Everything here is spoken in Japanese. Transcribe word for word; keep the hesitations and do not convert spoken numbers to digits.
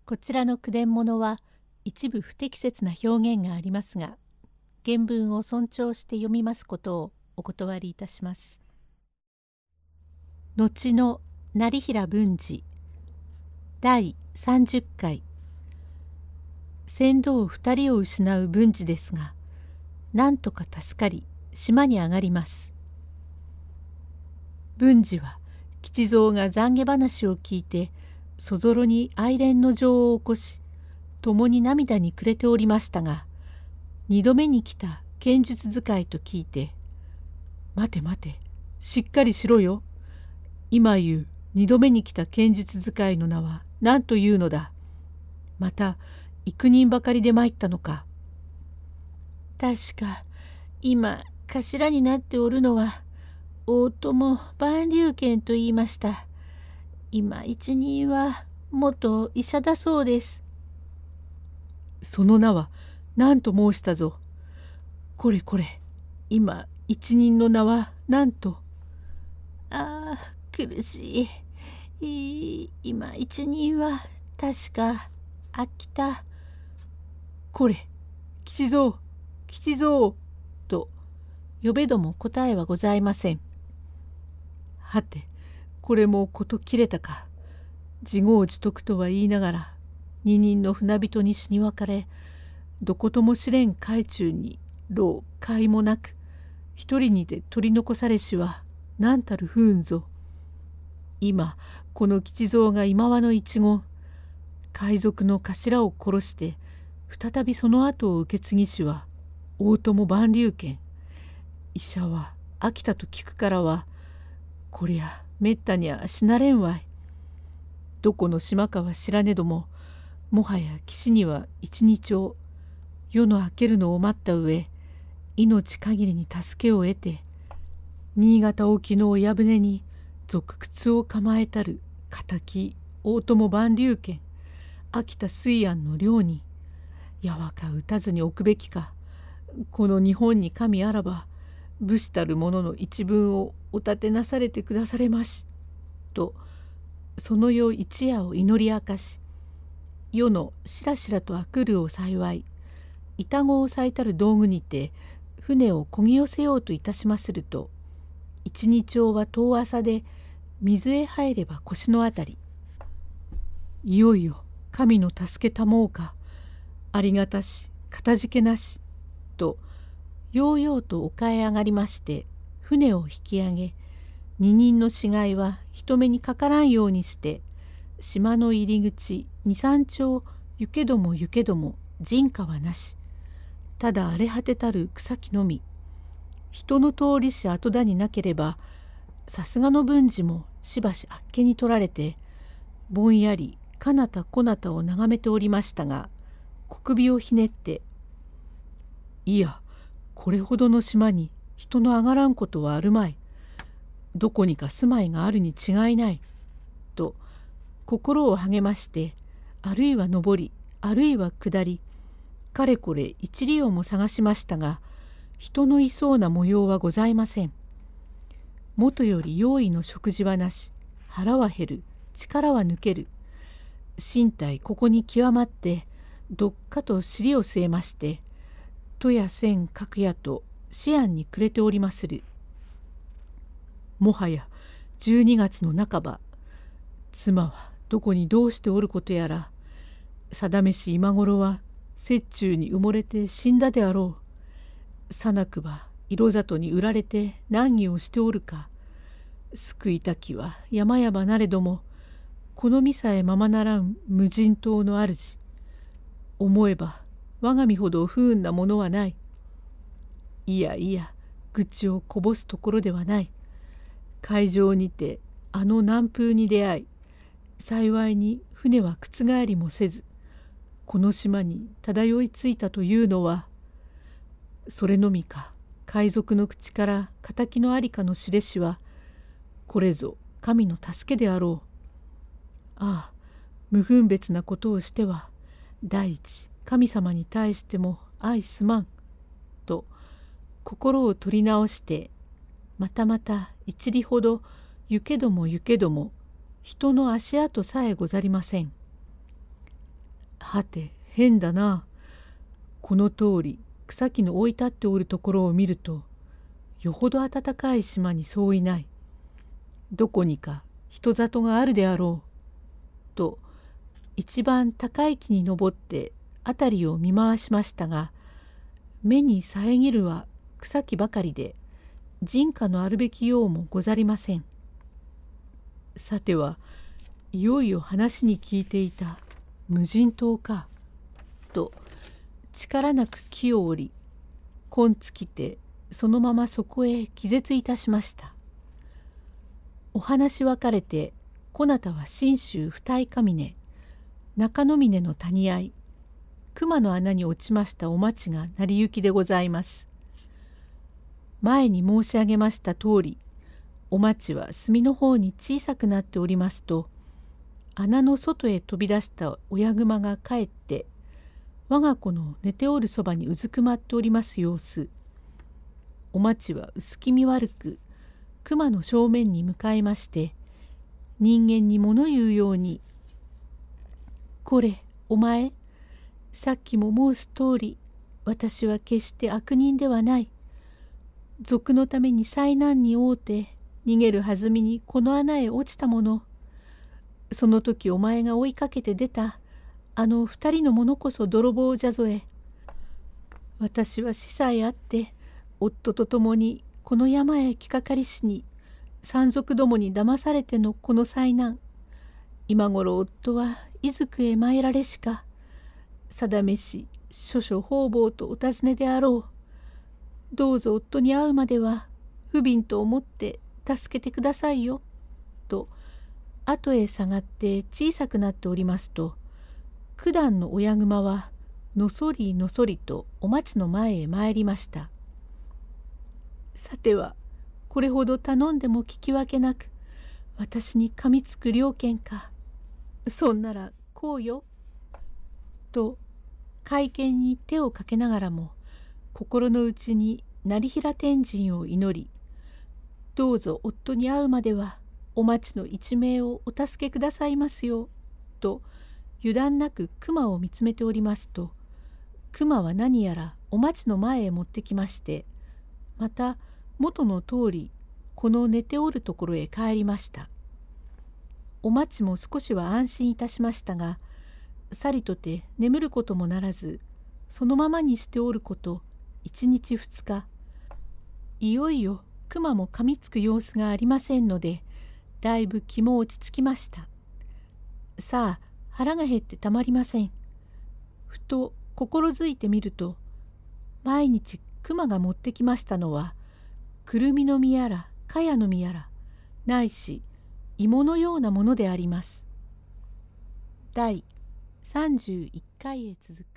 こちらの句伝物は一部不適切な表現がありますが、原文を尊重して読みますことをお断りいたします。後の業平文治だいさんじゅっかい。船頭二人を失う文治ですが、なんとか助かり島に上がります。文治は吉蔵が懺悔話を聞いてそぞろに愛恋の情を起こし、共に涙に暮れておりましたが、二度目に来た剣術使いと聞いて、待て待て、しっかりしろよ。今言う二度目に来た剣術使いの名は何というのだ。また幾人ばかりで参ったのか。確か今頭になっておるのは大友万竜拳と言いました。今一人は元医者だそうです。その名は何と申したぞ。これこれ、今一人の名は何と。ああ、苦しい。い今一人は確か秋田。これ、吉蔵、吉蔵と呼べども答えはございません。はて、これもこと切れたか。自業自得とは言いながら、二人の船人に死に別れ、どことも知れん海中に老海もなく、一人にて取り残されしは何たる不運ぞ。今この吉蔵が今和の一言、海賊の頭を殺して再びその後を受け継ぎしは大友万竜拳。医者は秋田と聞くからは、こりゃめったには死なれんわい。どこの島かは知らねども、もはや岸には一日を夜の明けるのを待った上、命限りに助けを得て、新潟沖の親船に賊靴を構えたる敵大友万竜拳、秋田水安の領に、やわか打たずに置くべきか。この日本に神あらば、武士たる者の一分をお立てなされてくだされまし。と、その世一夜を祈り明かし、世のしらしらとあくるを幸い、板子を咲いたる道具にて、船をこぎ寄せようといたしますると、一二丁は遠浅で、水へ入れば腰のあたり。いよいよ神の助けたもうか。ありがたし、かたじけなし。と、ようようと丘へ上がりまして、船を引き上げ、二人の死骸は人目にかからんようにして、島の入り口二三丁行けども行けども人家はなし。ただ荒れ果てたる草木のみ。人の通りし後だになければ、さすがの文治もしばしあっけに取られて、ぼんやりかなたこなたを眺めておりましたが、小首をひねって、いや、これほどの島に人の上がらんことはあるまい。どこにか住まいがあるに違いない。と心を励まして、あるいは上り、あるいは下り、かれこれ一里をも探しましたが、人のいそうな模様はございません。もとより用意の食事はなし、腹は減る、力は抜ける。身体ここに極まって、どっかと尻を据えまして、戸や千各やと思案に暮れておりまする。もはやじゅうにがつの半ば、妻はどこにどうしておることやら、定めし今頃は雪中に埋もれて死んだであろう。さなくば色里に売られて難儀をしておるか。救いたきは山々なれども、この身さえままならん無人島の主。思えば我が身ほど不運なものはない。いやいや、愚痴をこぼすところではない。海上にてあの南風に出会い、幸いに船は覆りもせず、この島に漂いついたというのは、それのみか海賊の口から仇のありかの知れしは、これぞ神の助けであろう。ああ、無分別なことをしては、第一神様に対しても相すまん。と心を取り直して、またまた一里ほど行けども行けども人の足跡さえござりません。 はて変だな。この通り草木の置い立っておるところを見ると、よほど暖かい島にそういない。どこにか人里があるであろう。と一番高い木に登って辺りを見回しましたが、目に遮るは草木ばかりで、人家のあるべきようもござりません。さてはいよいよ話に聞いていた無人島か。と力なく木を折り、根尽きてそのままそこへ気絶いたしました。お話分かれて、こなたは信州二重峰、中野峰の谷合、熊の穴に落ちましたお町が成り行きでございます。前に申し上げました通り、お町は隅の方に小さくなっておりますと、穴の外へ飛び出した親熊が帰って、我が子の寝ておるそばにうずくまっております様子。お町は薄気味悪く、熊の正面に向かいまして、人間に物言うように、これ、お前、さっきも申す通り、私は決して悪人ではない。賊のために災難に遭うて、逃げるはずみにこの穴へ落ちたもの。その時お前が追いかけて出た、あの二人の者こそ泥棒じゃぞえ。私は死さえあって、夫と共にこの山へ来かかりしに、山賊どもに騙されてのこの災難。今頃夫は伊豆区へ参られしか、定めし諸々方々とお尋ねであろう。どうぞ夫に会うまでは不憫と思って助けてくださいよ。と後へ下がって小さくなっておりますと、九段の親熊はのそりのそりとお町の前へ参りました。さてはこれほど頼んでも聞き分けなく、私に噛みつく了見か。そんならこうよ。と会見に手をかけながらも、心の内に成平天神を祈り、どうぞ夫に会うまではお町の一命をお助けくださいますよ。と油断なく熊を見つめておりますと、熊は何やらお町の前へ持ってきまして、また元の通りこの寝ておるところへ帰りました。お町も少しは安心いたしましたが、さりとて眠ることもならず、そのままにしておること一日二日、いよいよ熊も噛みつく様子がありませんので、だいぶ気も落ち着きました。さあ腹が減ってたまりません。ふと心づいてみると、毎日熊が持ってきましたのは、くるみの実やらかやの実やら、ないし芋のようなものであります。だいさんじゅういっかいへ続く。